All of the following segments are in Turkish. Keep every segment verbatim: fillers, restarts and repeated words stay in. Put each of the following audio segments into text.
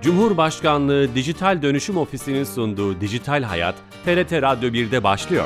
Cumhurbaşkanlığı Dijital Dönüşüm Ofisi'nin sunduğu Dijital Hayat, T R T Radyo bir'de başlıyor.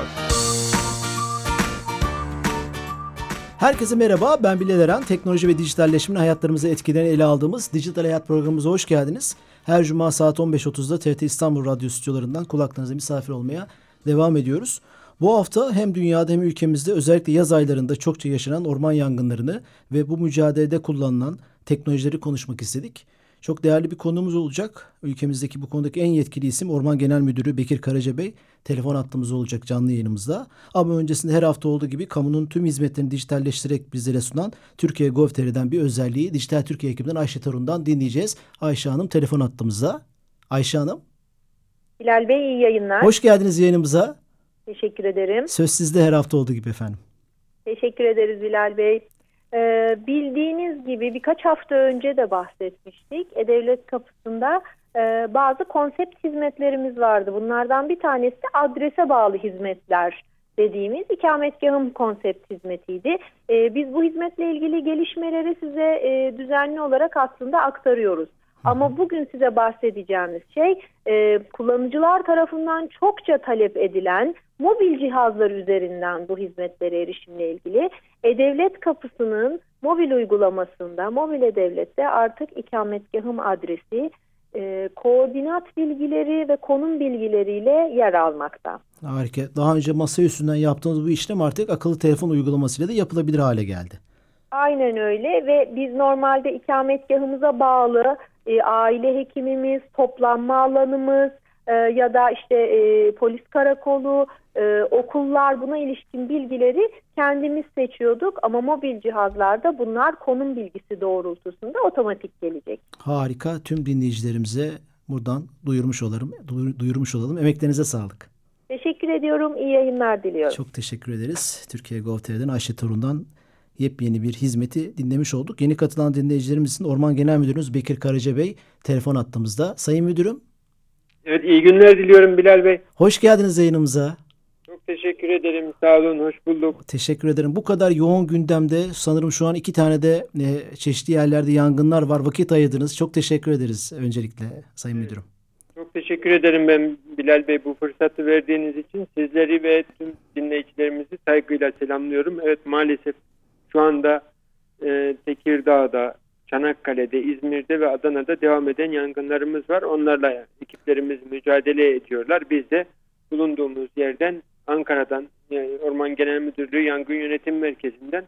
Herkese merhaba, ben Bilal Eren. Teknoloji ve dijitalleşmenin hayatlarımızı etkilerini ele aldığımız Dijital Hayat programımıza hoş geldiniz. Her cuma saat on beş otuzda T R T İstanbul Radyo stüdyolarından kulaklarınıza misafir olmaya devam ediyoruz. Bu hafta hem dünyada hem ülkemizde özellikle yaz aylarında çokça yaşanan orman yangınlarını ve bu mücadelede kullanılan teknolojileri konuşmak istedik. Çok değerli bir konuğumuz olacak. Ülkemizdeki bu konudaki en yetkili isim Orman Genel Müdürü Bekir Karacabey. Telefon hattımız olacak canlı yayınımızda. Ama öncesinde her hafta olduğu gibi kamunun tüm hizmetlerini dijitalleştirerek bizlere sunan Türkiye Gov.tr'den bir özelliği Dijital Türkiye ekibinden Ayşe Tarun'dan dinleyeceğiz. Ayşe Hanım telefon hattımızda. Ayşe Hanım. Bilal Bey iyi yayınlar. Hoş geldiniz yayınımıza. Teşekkür ederim. Söz sizde her hafta olduğu gibi efendim. Teşekkür ederiz Bilal Bey. Ee, bildiğiniz gibi birkaç hafta önce de bahsetmiştik. E-Devlet kapısında e, bazı konsept hizmetlerimiz vardı. Bunlardan bir tanesi adrese bağlı hizmetler dediğimiz ikametgahım konsept hizmetiydi. E, biz bu hizmetle ilgili gelişmeleri size e, düzenli olarak aslında aktarıyoruz. Ama bugün size bahsedeceğimiz şey e, kullanıcılar tarafından çokça talep edilen mobil cihazlar üzerinden bu hizmetlere erişimle ilgili. E-Devlet kapısının mobil uygulamasında, mobil E-Devlet'te artık ikametgahım adresi, e, koordinat bilgileri ve konum bilgileriyle yer almakta. Harika. Daha önce masa üstünden yaptığımız bu işlem artık akıllı telefon uygulamasıyla da yapılabilir hale geldi. Aynen öyle ve biz normalde ikametgahımıza bağlı e, aile hekimimiz, toplanma alanımız e, ya da işte e, polis karakolu, e, okullar buna ilişkin bilgileri kendimiz seçiyorduk ama mobil cihazlarda bunlar konum bilgisi doğrultusunda otomatik gelecek. Harika. Tüm dinleyicilerimize buradan duyurmuş olalım. Duyurmuş olalım. Emeklerinize sağlık. Teşekkür ediyorum. İyi yayınlar diliyorum. Çok teşekkür ederiz. Türkiye Gov.tr'den Ayşe Tarun'dan yepyeni bir hizmeti dinlemiş olduk. Yeni katılan dinleyicilerimizin Orman Genel Müdürümüz Bekir Karacabey telefon attığımızda. Sayın Müdürüm. Evet, iyi günler diliyorum Bilal Bey. Hoş geldiniz yayınımıza. Çok teşekkür ederim. Sağ olun. Hoş bulduk. Teşekkür ederim. Bu kadar yoğun gündemde sanırım şu an iki tane de e, çeşitli yerlerde yangınlar var. Vakit ayırdınız. Çok teşekkür ederiz öncelikle Sayın evet. Müdürüm. Çok teşekkür ederim ben Bilal Bey bu fırsatı verdiğiniz için. Sizleri ve tüm dinleyicilerimizi saygıyla selamlıyorum. Evet, maalesef şu anda e, Tekirdağ'da, Çanakkale'de, İzmir'de ve Adana'da devam eden yangınlarımız var. Onlarla ekiplerimiz mücadele ediyorlar. Biz de bulunduğumuz yerden Ankara'dan yani Orman Genel Müdürlüğü Yangın Yönetim Merkezi'nden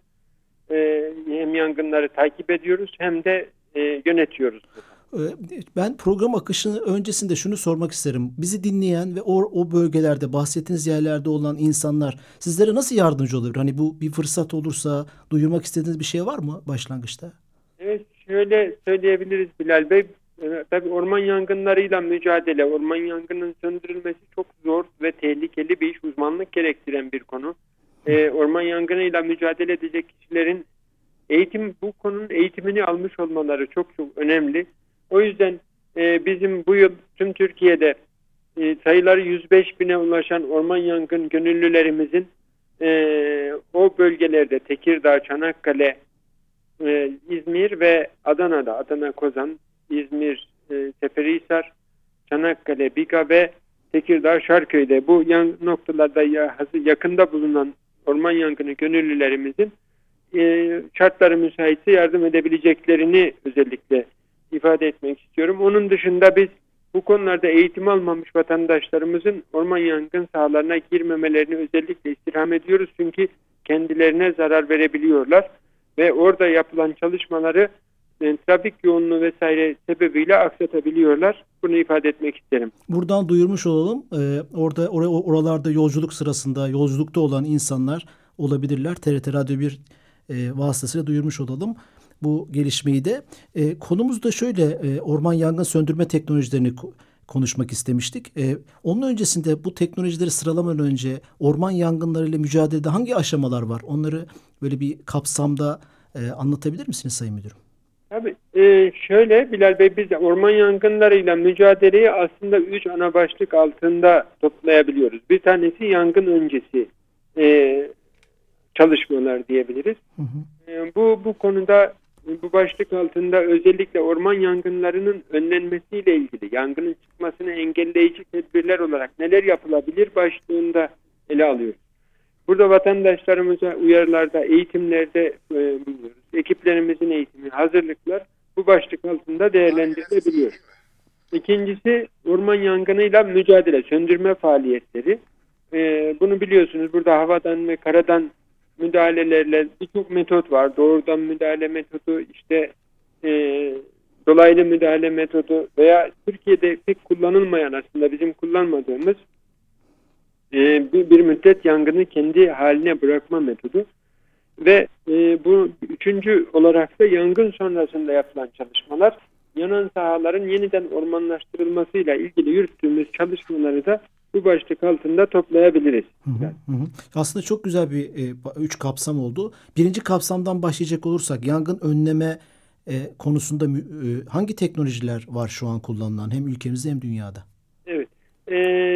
e, hem yangınları takip ediyoruz hem de e, yönetiyoruz. Ben program akışını öncesinde şunu sormak isterim. Bizi dinleyen ve o, o bölgelerde bahsettiğiniz yerlerde olan insanlar sizlere nasıl yardımcı olabilir? Hani bu bir fırsat olursa duyurmak istediğiniz bir şey var mı başlangıçta? Evet, şöyle söyleyebiliriz Bilal Bey. Ee, tabii orman yangınlarıyla mücadele, orman yangının söndürülmesi çok zor ve tehlikeli bir iş, uzmanlık gerektiren bir konu. Ee, orman yangınıyla mücadele edecek kişilerin eğitim, bu konunun eğitimini almış olmaları çok çok önemli. O yüzden e, bizim bu yıl tüm Türkiye'de e, sayıları yüz beş bine ulaşan orman yangın gönüllülerimizin e, o bölgelerde Tekirdağ, Çanakkale, e, İzmir ve Adana'da, Adana, Kozan, İzmir, e, Seferihisar, Çanakkale, Biga ve Tekirdağ, Şarköy'de bu yan noktalarda ya, yakında bulunan orman yangını gönüllülerimizin e, şartları müsaitse yardım edebileceklerini özellikle ifade etmek istiyorum. Onun dışında biz bu konularda eğitim almamış vatandaşlarımızın orman yangın sahalarına girmemelerini özellikle istirham ediyoruz. Çünkü kendilerine zarar verebiliyorlar ve orada yapılan çalışmaları e, trafik yoğunluğu vesaire sebebiyle aksatabiliyorlar. Bunu ifade etmek isterim. Buradan duyurmuş olalım. Ee, orada or- oralarda yolculuk sırasında yolculukta olan insanlar olabilirler. T R T Radyo bir e, vasıtasıyla duyurmuş olalım bu gelişmeyi de. E, konumuz da şöyle, e, orman yangın söndürme teknolojilerini ko- konuşmak istemiştik. E, onun öncesinde bu teknolojileri sıralamadan önce orman yangınlarıyla mücadelede hangi aşamalar var? Onları böyle bir kapsamda e, anlatabilir misiniz Sayın Müdürüm? Tabii. E, şöyle Bilal Bey, biz orman yangınlarıyla mücadeleyi aslında üç ana başlık altında toplayabiliyoruz. Bir tanesi yangın öncesi e, çalışmalar diyebiliriz. Hı hı. E, bu bu konuda bu başlık altında özellikle orman yangınlarının önlenmesiyle ilgili yangının çıkmasını engelleyici tedbirler olarak neler yapılabilir başlığında ele alıyoruz. Burada vatandaşlarımıza uyarılarda, eğitimlerde e, bulunuyoruz. Ekiplerimizin eğitimi, hazırlıklar bu başlık altında değerlendirilebiliyor. İkincisi orman yangınıyla mücadele, söndürme faaliyetleri. E, bunu biliyorsunuz, burada havadan ve karadan müdahalelerle birçok metot var. Doğrudan müdahale metodu, işte e, dolaylı müdahale metodu veya Türkiye'de pek kullanılmayan, aslında bizim kullanmadığımız e, bir, bir müddet yangını kendi haline bırakma metodu. Ve e, bu üçüncü olarak da yangın sonrasında yapılan çalışmalar, yanan sahaların yeniden ormanlaştırılmasıyla ilgili yürüttüğümüz çalışmaları da bu başlık altında toplayabiliriz. Hı hı, hı. Aslında çok güzel bir e, üç kapsam oldu. Birinci kapsamdan başlayacak olursak yangın önleme e, konusunda e, hangi teknolojiler var şu an kullanılan hem ülkemizde hem dünyada? Evet. E,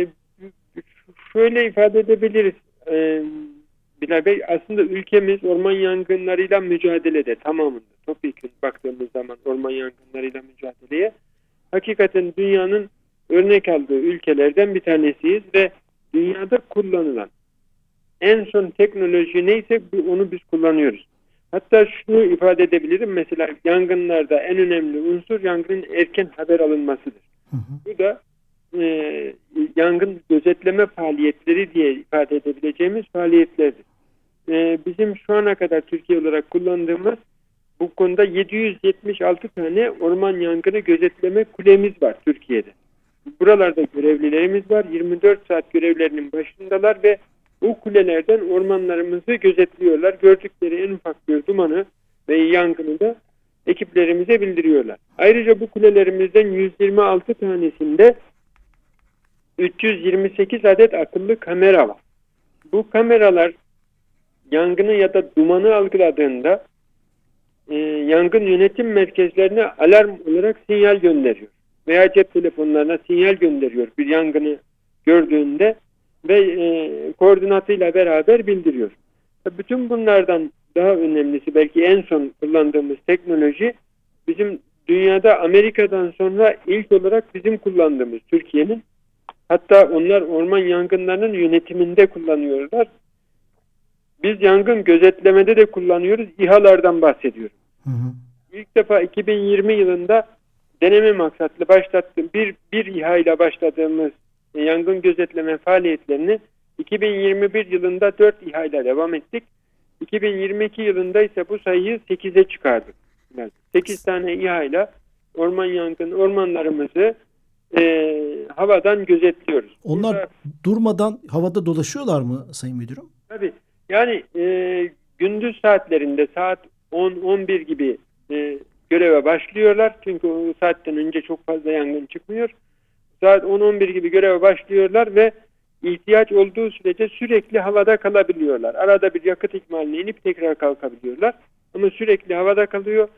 şöyle ifade edebiliriz. E, Bilal Bey, aslında ülkemiz orman yangınlarıyla mücadelede tamamında, topyekun baktığımız zaman orman yangınlarıyla mücadeleye hakikaten dünyanın örnek aldığı ülkelerden bir tanesiyiz ve dünyada kullanılan en son teknoloji neyse onu biz kullanıyoruz. Hatta şunu ifade edebilirim, mesela yangınlarda en önemli unsur yangının erken haber alınmasıdır. Hı hı. Bu da e, yangın gözetleme faaliyetleri diye ifade edebileceğimiz faaliyetlerdir. E, bizim şu ana kadar Türkiye olarak kullandığımız bu konuda yedi yüz yetmiş altı tane orman yangını gözetleme kulemiz var Türkiye'de. Buralarda görevlilerimiz var. yirmi dört saat görevlerinin başındalar ve o kulelerden ormanlarımızı gözetliyorlar. Gördükleri en ufak bir dumanı ve yangını da ekiplerimize bildiriyorlar. Ayrıca bu kulelerimizden yüz yirmi altı tanesinde üç yüz yirmi sekiz adet akıllı kamera var. Bu kameralar yangını ya da dumanı algıladığında e, yangın yönetim merkezlerine alarm olarak sinyal gönderiyor. Veya cep telefonlarına sinyal gönderiyor bir yangını gördüğünde ve e, koordinatıyla beraber bildiriyor. Bütün bunlardan daha önemlisi, belki en son kullandığımız teknoloji, bizim dünyada Amerika'dan sonra ilk olarak bizim kullandığımız, Türkiye'nin. Hatta onlar orman yangınlarının yönetiminde kullanıyorlar. Biz yangın gözetlemede de kullanıyoruz. İHA'lardan bahsediyorum. Hı hı. İlk defa iki bin yirmi yılında deneme maksatlı başlattığım bir, bir İHA ile başladığımız yangın gözetleme faaliyetlerini iki bin yirmi bir yılında dört İHA ile devam ettik. iki bin yirmi iki yılında ise bu sayıyı sekize çıkardık. Yani sekiz tane İHA ile orman yangın ormanlarımızı e, havadan gözetliyoruz. Onlar Burada, durmadan havada dolaşıyorlar mı Sayın Müdürüm? Tabii. Yani e, gündüz saatlerinde saat on on bir gibi e, göreve başlıyorlar. Çünkü o saatten önce çok fazla yangın çıkmıyor. Saat on on bir gibi göreve başlıyorlar ve ihtiyaç olduğu sürece sürekli havada kalabiliyorlar. Arada bir yakıt ikmaline inip tekrar kalkabiliyorlar. Ama sürekli havada kalıyor.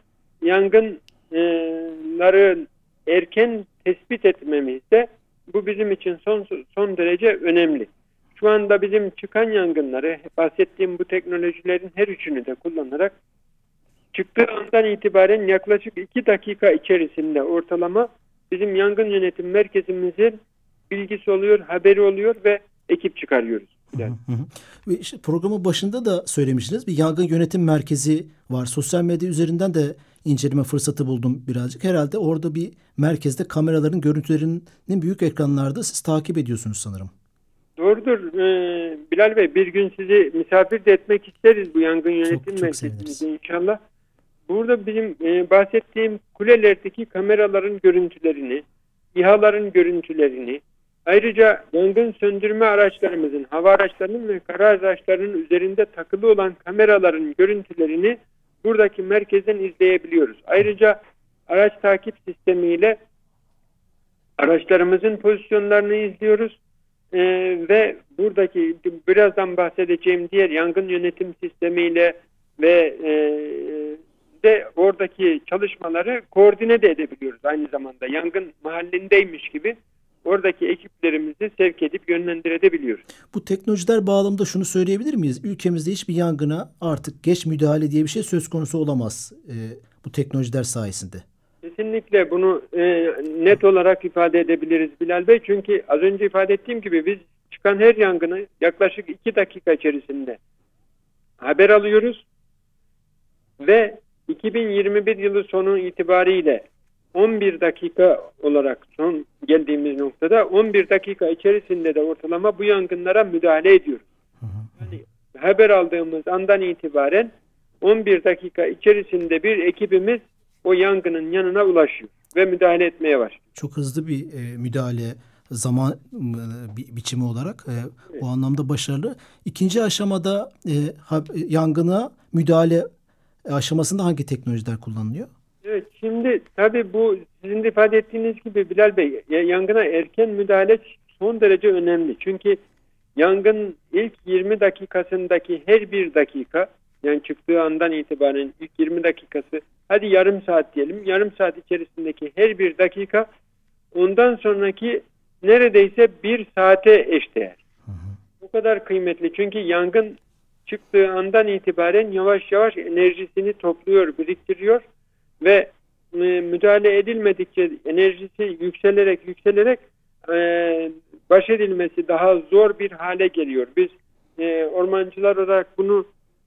Yangınları erken tespit etmemiz de bu bizim için son, son derece önemli. Şu anda bizim çıkan yangınları, bahsettiğim bu teknolojilerin her üçünü de kullanarak çıktığı andan itibaren yaklaşık iki dakika içerisinde ortalama bizim yangın yönetim merkezimizin bilgisi oluyor, haberi oluyor ve ekip çıkarıyoruz. Yani. Hı hı. İşte programın başında da söylemiştiniz, bir yangın yönetim merkezi var. Sosyal medya üzerinden de inceleme fırsatı buldum birazcık. Herhalde orada bir merkezde kameraların görüntülerinin büyük ekranlarda siz takip ediyorsunuz sanırım. Doğrudur ee, Bilal Bey, bir gün sizi misafir de etmek isteriz bu yangın yönetim merkezimizde inşallah. Burada bizim e, bahsettiğim kulelerdeki kameraların görüntülerini, İHA'ların görüntülerini, ayrıca yangın söndürme araçlarımızın, hava araçlarının ve kara araçlarının üzerinde takılı olan kameraların görüntülerini buradaki merkezden izleyebiliyoruz. Ayrıca araç takip sistemiyle araçlarımızın pozisyonlarını izliyoruz. Ee, ve buradaki birazdan bahsedeceğim diğer yangın yönetim sistemiyle ve e, de oradaki çalışmaları koordine de edebiliyoruz. Aynı zamanda yangın mahallindeymiş gibi oradaki ekiplerimizi sevk edip yönlendirebiliyoruz. Bu teknolojiler bağlamında şunu söyleyebilir miyiz? Ülkemizde hiçbir yangına artık geç müdahale diye bir şey söz konusu olamaz. Ee, bu teknolojiler sayesinde. Kesinlikle bunu e, net olarak ifade edebiliriz Bilal Bey. Çünkü az önce ifade ettiğim gibi biz çıkan her yangını yaklaşık iki dakika içerisinde haber alıyoruz ve iki bin yirmi bir yılı sonu itibariyle on bir dakika olarak son geldiğimiz noktada on bir dakika içerisinde de ortalama bu yangınlara müdahale ediyoruz. Yani haber aldığımız andan itibaren on bir dakika içerisinde bir ekibimiz o yangının yanına ulaşıyor ve müdahale etmeye başlıyor. Çok hızlı bir e, müdahale zaman e, bi- biçimi olarak e, Evet. o anlamda başarılı. İkinci aşamada e, ha- yangına müdahale aşamasında hangi teknolojiler kullanılıyor? Evet, şimdi tabii bu sizin de ifade ettiğiniz gibi Bilal Bey, ya- yangına erken müdahale son derece önemli. Çünkü yangın ilk yirmi dakikasındaki her bir dakika, yani çıktığı andan itibaren ilk yirmi dakikası, hadi yarım saat diyelim, yarım saat içerisindeki her bir dakika ondan sonraki neredeyse bir saate eşdeğer. Bu kadar kıymetli çünkü yangın çıktığı andan itibaren yavaş yavaş enerjisini topluyor, biriktiriyor ve e, müdahale edilmedikçe enerjisi yükselerek yükselerek e, baş edilmesi daha zor bir hale geliyor. Biz e, ormancılar olarak bunu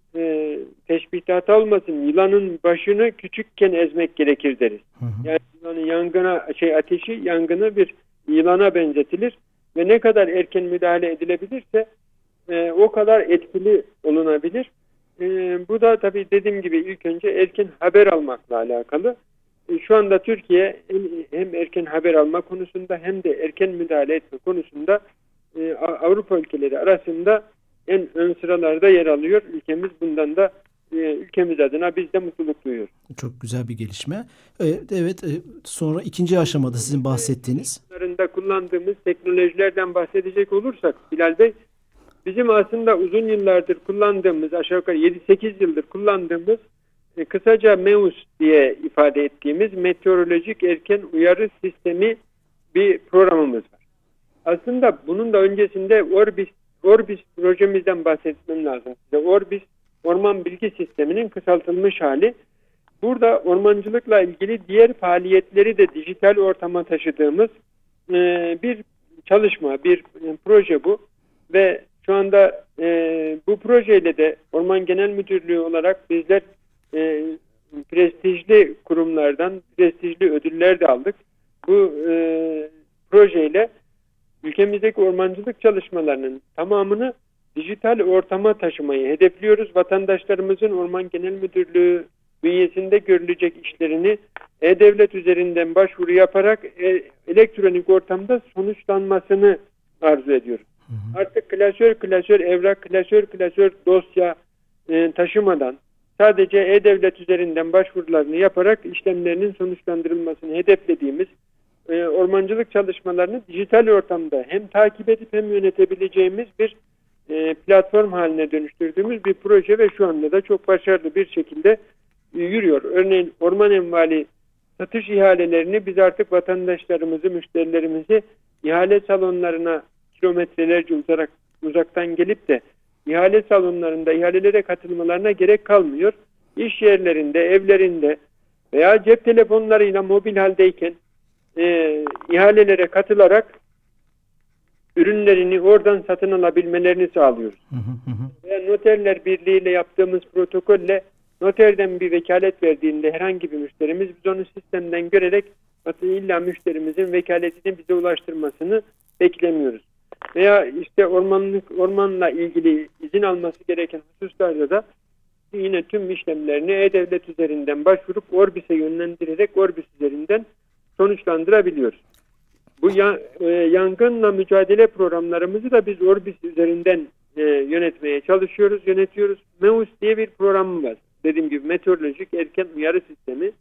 e, teşbihte hata olmasın, yılanın başını küçükken ezmek gerekir deriz. Hı hı. Yani yılanı yangına, şey ateşi yangını bir yılana benzetilir ve ne kadar erken müdahale edilebilirse e, o kadar etkili olunabilir. E, bu da tabii dediğim gibi ilk önce erken haber almakla alakalı. E, şu anda Türkiye hem, hem erken haber alma konusunda hem de erken müdahale etme konusunda e, Avrupa ülkeleri arasında en ön sıralarda yer alıyor. Ülkemiz bundan da e, ülkemiz adına biz de mutluluk duyuyoruz. Çok güzel bir gelişme. E, Evet, e, sonra ikinci aşamada sizin bahsettiğiniz. Bunlarında kullandığımız teknolojilerden bahsedecek olursak Bilal Bey, bizim aslında uzun yıllardır kullandığımız, aşağı yukarı yedi sekiz yıldır kullandığımız e, kısaca MEUS diye ifade ettiğimiz meteorolojik erken uyarı sistemi bir programımız var. Aslında bunun da öncesinde Orbis, Orbis projemizden bahsetmem lazım size. Orbis, Orman Bilgi Sistemi'nin kısaltılmış hali. Burada ormancılıkla ilgili diğer faaliyetleri de dijital ortama taşıdığımız e, bir çalışma, bir e, proje bu. Ve şu anda e, bu projeyle de Orman Genel Müdürlüğü olarak bizler e, prestijli kurumlardan prestijli ödüller de aldık. Bu e, projeyle ülkemizdeki ormancılık çalışmalarının tamamını dijital ortama taşımayı hedefliyoruz. Vatandaşlarımızın Orman Genel Müdürlüğü bünyesinde görülecek işlerini e-devlet üzerinden başvuru yaparak e, elektronik ortamda sonuçlanmasını arzu ediyoruz. Hı hı. Artık klasör klasör evrak, klasör klasör dosya e, taşımadan sadece e-devlet üzerinden başvurularını yaparak işlemlerinin sonuçlandırılmasını hedeflediğimiz e, ormancılık çalışmalarını dijital ortamda hem takip edip hem yönetebileceğimiz bir e, platform haline dönüştürdüğümüz bir proje ve şu anda da çok başarılı bir şekilde e, yürüyor. Örneğin orman envali satış ihalelerini biz artık vatandaşlarımızı, müşterilerimizi ihale salonlarına kilometrelerce uzak, uzaktan gelip de ihale salonlarında ihalelere katılmalarına gerek kalmıyor. İş yerlerinde, evlerinde veya cep telefonlarıyla mobil haldeyken e, ihalelere katılarak ürünlerini oradan satın alabilmelerini sağlıyoruz. Hı hı hı. Veya noterler birliğiyle yaptığımız protokolle noterden bir vekalet verdiğinde herhangi bir müşterimiz biz onu sistemden görerek illa müşterimizin vekaletini bize ulaştırmasını beklemiyoruz. Veya işte ormanlık ormanla ilgili izin alması gereken hususlarda da yine tüm işlemlerini e-devlet üzerinden başvurup Orbis'e yönlendirerek Orbis üzerinden sonuçlandırabiliyoruz. Bu ya, e, yangınla mücadele programlarımızı da biz Orbis üzerinden e, yönetmeye çalışıyoruz, yönetiyoruz. MEUS diye bir programımız var. Dediğim gibi meteorolojik erken uyarı sistemi.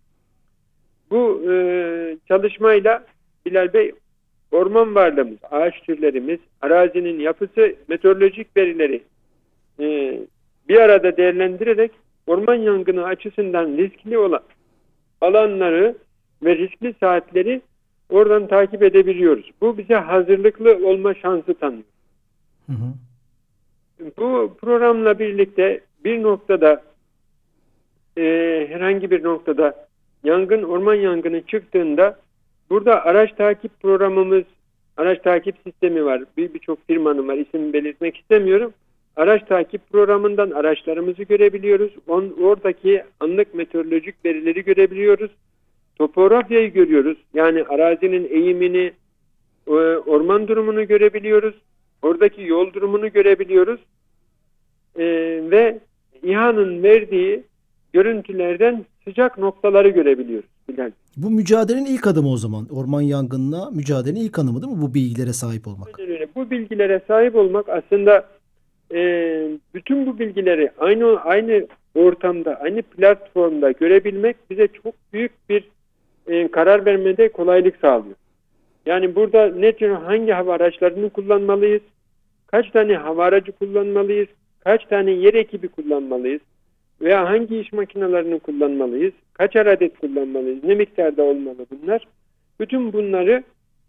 Bu e, çalışmayla Bilal Bey orman varlığımız, ağaç türlerimiz, arazinin yapısı, meteorolojik verileri e, bir arada değerlendirerek orman yangını açısından riskli olan alanları ve riskli saatleri oradan takip edebiliyoruz. Bu bize hazırlıklı olma şansı tanıyor. Hı hı. Bu programla birlikte bir noktada e, herhangi bir noktada yangın, orman yangını çıktığında burada araç takip programımız, araç takip sistemi var. Bir birçok firmanın var. İsim belirtmek istemiyorum. Araç takip programından araçlarımızı görebiliyoruz. On, oradaki anlık meteorolojik verileri görebiliyoruz. Topografyayı görüyoruz. Yani arazinin eğimini, e, orman durumunu görebiliyoruz. Oradaki yol durumunu görebiliyoruz. E, ve İHA'nın verdiği görüntülerden sıcak noktaları görebiliyoruz. Bilal. Bu mücadelenin ilk adımı o zaman. Orman yangınına mücadelenin ilk adımı değil mi? Bu bilgilere sahip olmak. Öyle. Bu bilgilere sahip olmak aslında e, bütün bu bilgileri aynı aynı ortamda, aynı platformda görebilmek bize çok büyük bir e, karar vermede kolaylık sağlıyor. Yani burada ne tür hangi hava araçlarını kullanmalıyız? Kaç tane hava aracı kullanmalıyız? Kaç tane yer ekibi kullanmalıyız? Veya hangi iş makinelerini kullanmalıyız? Kaç adet kullanmalıyız? Ne miktarda olmalı bunlar? Bütün bunları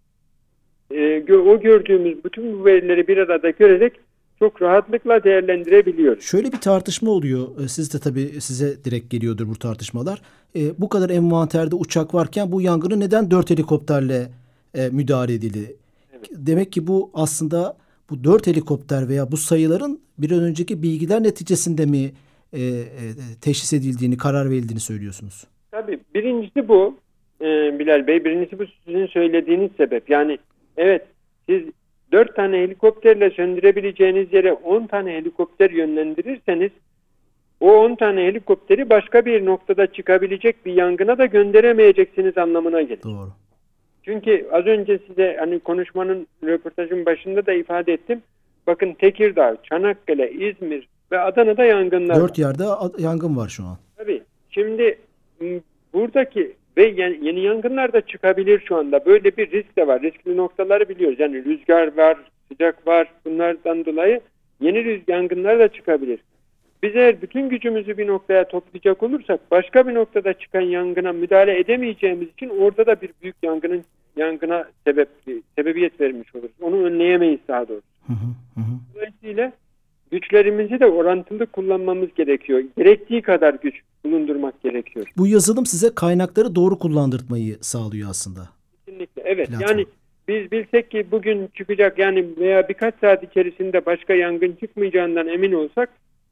e, o gördüğümüz bütün bu verileri bir arada görerek çok rahatlıkla değerlendirebiliyoruz. Şöyle bir tartışma oluyor. Siz de tabii size direkt geliyordur bu tartışmalar. E, bu kadar envanterde uçak varken bu yangını neden dört helikopterle e, müdahale edildi? Evet. Demek ki bu aslında bu dört helikopter veya bu sayıların bir an önceki bilgiler neticesinde mi e, e, teşhis edildiğini, karar verildiğini söylüyorsunuz? Tabii. Birincisi bu e, Bilal Bey. Birincisi bu sizin söylediğiniz sebep. Yani evet siz dört tane helikopterle söndürebileceğiniz yere on tane helikopter yönlendirirseniz o on tane helikopteri başka bir noktada çıkabilecek bir yangına da gönderemeyeceksiniz anlamına gelir. Doğru. Çünkü az önce size hani konuşmanın, röportajın başında da ifade ettim. Bakın Tekirdağ, Çanakkale, İzmir ve Adana'da yangınlar Dört var. yerde yangın var şu an. Tabii. Şimdi buradaki ve yeni, yeni yangınlar da çıkabilir şu anda. Böyle bir risk de var. Riskli noktaları biliyoruz. Yani rüzgar var, sıcak var. Bunlardan dolayı yeni rüzgar yangınlar da çıkabilir. Biz eğer bütün gücümüzü bir noktaya toplayacak olursak başka bir noktada çıkan yangına müdahale edemeyeceğimiz için orada da bir büyük yangının yangına sebep sebebiyet vermiş oluruz. Onu önleyemeyiz daha doğrusu. Hı hı hı. Dolayısıyla güçlerimizi de orantılı kullanmamız gerekiyor. Gerektiği kadar güç bulundurmak gerekiyor. Bu yazılım size kaynakları doğru kullandırtmayı sağlıyor aslında. Kesinlikle evet. Platform. Yani biz bilsek ki bugün çıkacak yani veya birkaç saat içerisinde başka yangın çıkmayacağından emin olsak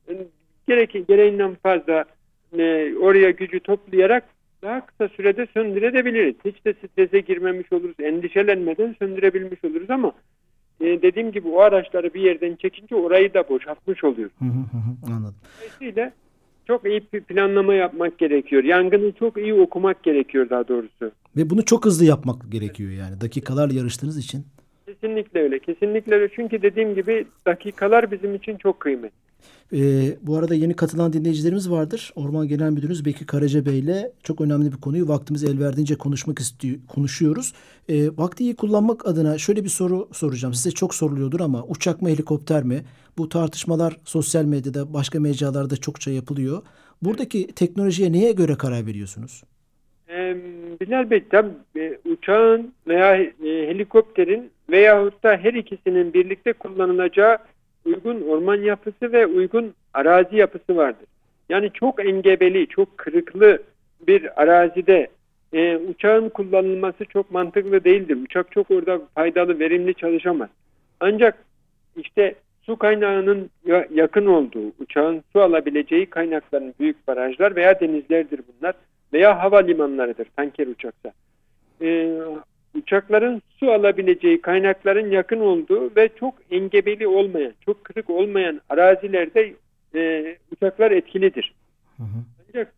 gerek, gereğinden fazla e, oraya gücü toplayarak daha kısa sürede söndürebiliriz. Hiç de strese girmemiş oluruz. Endişelenmeden söndürebilmiş oluruz ama e, dediğim gibi o araçları bir yerden çekince orayı da boşaltmış oluyoruz. Hı hı hı, anladım. Dolayısıyla çok iyi bir planlama yapmak gerekiyor. Yangını çok iyi okumak gerekiyor daha doğrusu. Ve bunu çok hızlı yapmak gerekiyor yani. Dakikalarla yarıştığınız için. Kesinlikle öyle. Kesinlikle öyle. Çünkü dediğim gibi dakikalar bizim için çok kıymetli. Ee, bu arada yeni katılan dinleyicilerimiz vardır. Orman Genel Müdürümüz Bekir Karaca Bey ile çok önemli bir konuyu vaktimiz el verdiğince konuşmak istiyor, konuşuyoruz. Ee, vakti iyi kullanmak adına şöyle bir soru soracağım. Size çok soruluyordur ama uçak mı helikopter mi? Bu tartışmalar sosyal medyada başka mecralarda çokça yapılıyor. Buradaki teknolojiye neye göre karar veriyorsunuz? Ee, Bilal Bey tabii e, uçağın veya e, helikopterin veyahut da her ikisinin birlikte kullanılacağı uygun orman yapısı ve uygun arazi yapısı vardır. Yani çok engebeli, çok kırıklı bir arazide e, uçağın kullanılması çok mantıklı değildir. Uçak çok orada faydalı, verimli çalışamaz. Ancak işte su kaynağının yakın olduğu, uçağın su alabileceği kaynakların büyük barajlar veya denizlerdir bunlar veya havalimanlarıdır tanker uçaksa. E, uçakların su alabileceği kaynakların yakın olduğu ve çok engebeli olmayan, çok kırık olmayan arazilerde e, uçaklar etkilidir. Hı hı. Ancak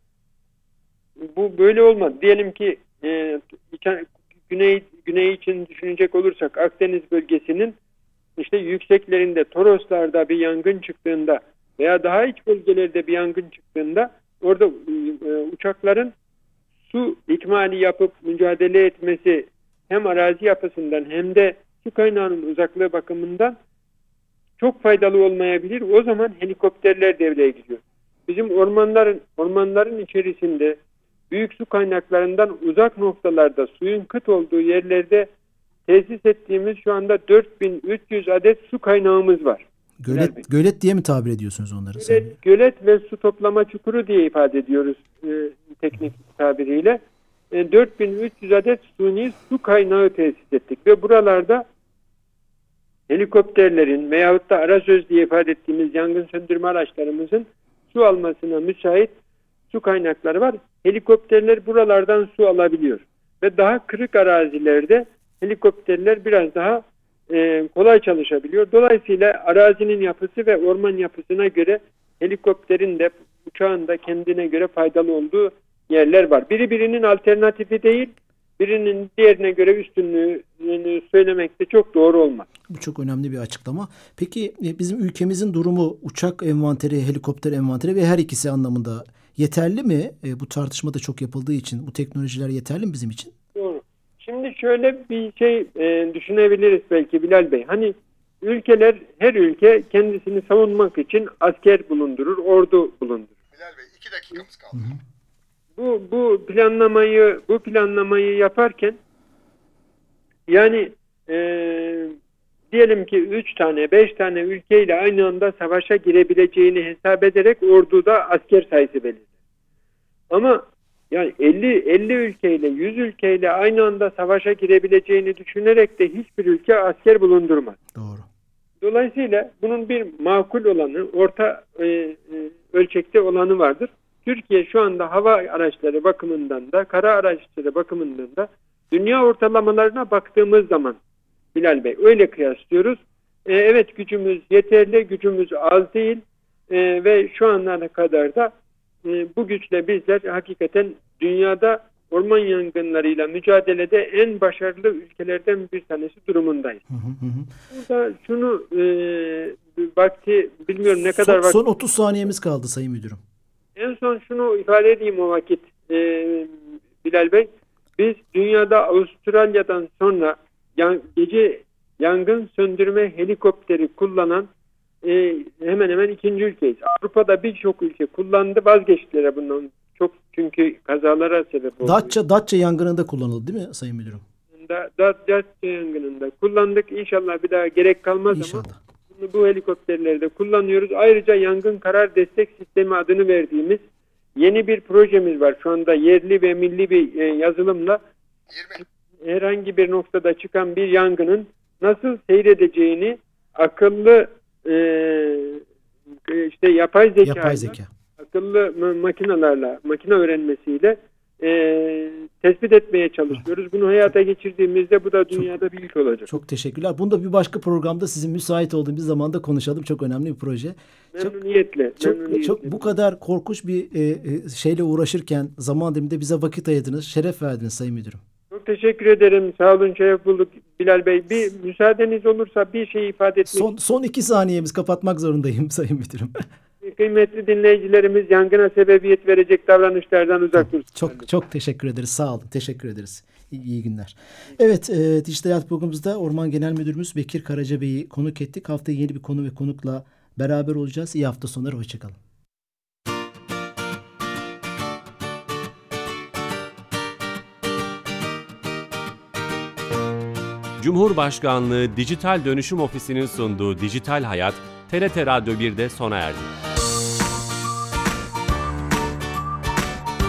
bu böyle olmaz. Diyelim ki e, güney, güney için düşünecek olursak Akdeniz bölgesinin işte yükseklerinde, Toroslarda bir yangın çıktığında veya daha iç bölgelerde bir yangın çıktığında orada e, uçakların su ikmali yapıp mücadele etmesi hem arazi yapısından hem de su kaynağının uzaklığı bakımından çok faydalı olmayabilir. O zaman helikopterler devreye giriyor. Bizim ormanların ormanların içerisinde büyük su kaynaklarından uzak noktalarda suyun kıt olduğu yerlerde tesis ettiğimiz şu anda dört bin üç yüz adet su kaynağımız var. Gölet, gölet diye mi tabir ediyorsunuz onları? Gölet, gölet ve su toplama çukuru diye ifade ediyoruz e, teknik tabiriyle. E, dört bin üç yüz adet suni su kaynağı tesis ettik ve buralarda helikopterlerin veyahut da arazöz diye ifade ettiğimiz yangın söndürme araçlarımızın su almasına müsait su kaynakları var. Helikopterler buralardan su alabiliyor ve daha kırık arazilerde helikopterler biraz daha e, kolay çalışabiliyor. Dolayısıyla arazinin yapısı ve orman yapısına göre helikopterin de uçağın da kendine göre faydalı olduğu yerler var. Biri birinin alternatifi değil, birinin diğerine göre üstünlüğünü söylemek de çok doğru olmaz. Bu çok önemli bir açıklama. Peki bizim ülkemizin durumu uçak envanteri, helikopter envanteri ve her ikisi anlamında yeterli mi? E, bu tartışma da çok yapıldığı için bu teknolojiler yeterli mi bizim için? Doğru. Şimdi şöyle bir şey e, düşünebiliriz belki Bilal Bey. Hani ülkeler, her ülke kendisini savunmak için asker bulundurur, ordu bulundurur. Bilal Bey iki dakikamız kaldı. Hı hı. Bu bu planlamayı bu planlamayı yaparken yani e, diyelim ki üç tane beş tane ülkeyle aynı anda savaşa girebileceğini hesap ederek orduda asker sayısı belirler. Ama yani elli elli ülkeyle yüz ülkeyle aynı anda savaşa girebileceğini düşünerek de hiçbir ülke asker bulundurmaz. Doğru. Dolayısıyla bunun bir makul olanı, orta e, e, ölçekte olanı vardır. Türkiye şu anda hava araçları bakımından da, kara araçları bakımından da dünya ortalamalarına baktığımız zaman Bilal Bey öyle kıyaslıyoruz. E, evet gücümüz yeterli, gücümüz az değil e, ve şu ana kadar da e, bu güçle bizler hakikaten dünyada orman yangınlarıyla mücadelede en başarılı ülkelerden bir tanesi durumundayız. Hı hı hı. Burada şunu e, vakti bilmiyorum ne kadar son, vakti. Son otuz saniyemiz kaldı Sayın Müdürüm. En son şunu ifade edeyim o vakit e, Bilal Bey. Biz dünyada Avustralya'dan sonra yan, gece yangın söndürme helikopteri kullanan e, hemen hemen ikinci ülkeyiz. Avrupa'da birçok ülke kullandı, vazgeçtiler bundan çok çünkü kazalara sebep oldu. Datça, Datça yangınında kullanıldı değil mi Sayın Müdürüm? Da, da, Datça yangınında kullandık. İnşallah bir daha gerek kalmaz İnşallah. ama bu helikopterleri de kullanıyoruz. Ayrıca yangın karar destek sistemi adını verdiğimiz yeni bir projemiz var. Şu anda yerli ve milli bir e, yazılımla yirmi herhangi bir noktada çıkan bir yangının nasıl seyredeceğini akıllı e, işte yapay zeka, Yapay zeka. akıllı makinelerle, makine öğrenmesiyle e, tespit etmeye çalışıyoruz. Bunu hayata geçirdiğimizde bu da dünyada bir ilk olacak. Çok teşekkürler. Bunu da bir başka programda sizin müsait olduğunuz bir zamanda konuşalım. Çok önemli bir proje. Memnuniyetle. Çok, memnuniyetle. çok bu kadar korkunç bir e, e, şeyle uğraşırken zaman diliminde bize vakit ayırdınız. Şeref verdiniz Sayın Müdürüm. Çok teşekkür ederim. Sağ olun, şeref bulduk Bilal Bey. Bir müsaadeniz olursa bir şey ifade etmek Son, son iki saniyemiz kapatmak zorundayım Sayın Müdürüm. Kıymetli dinleyicilerimiz yangına sebebiyet verecek davranışlardan uzak dursun. Çok çok teşekkür ederiz. Sağ olun. Teşekkür ederiz. İyi, iyi günler. Evet, e, Dijital Hayat programımızda Orman Genel Müdürümüz Bekir Karaca Bey'i konuk ettik. Haftaya yeni bir konu ve konukla beraber olacağız. İyi hafta sonları. Hoşçakalın. Cumhurbaşkanlığı Dijital Dönüşüm Ofisi'nin sunduğu Dijital Hayat, T R T Radyo bir'de sona erdi.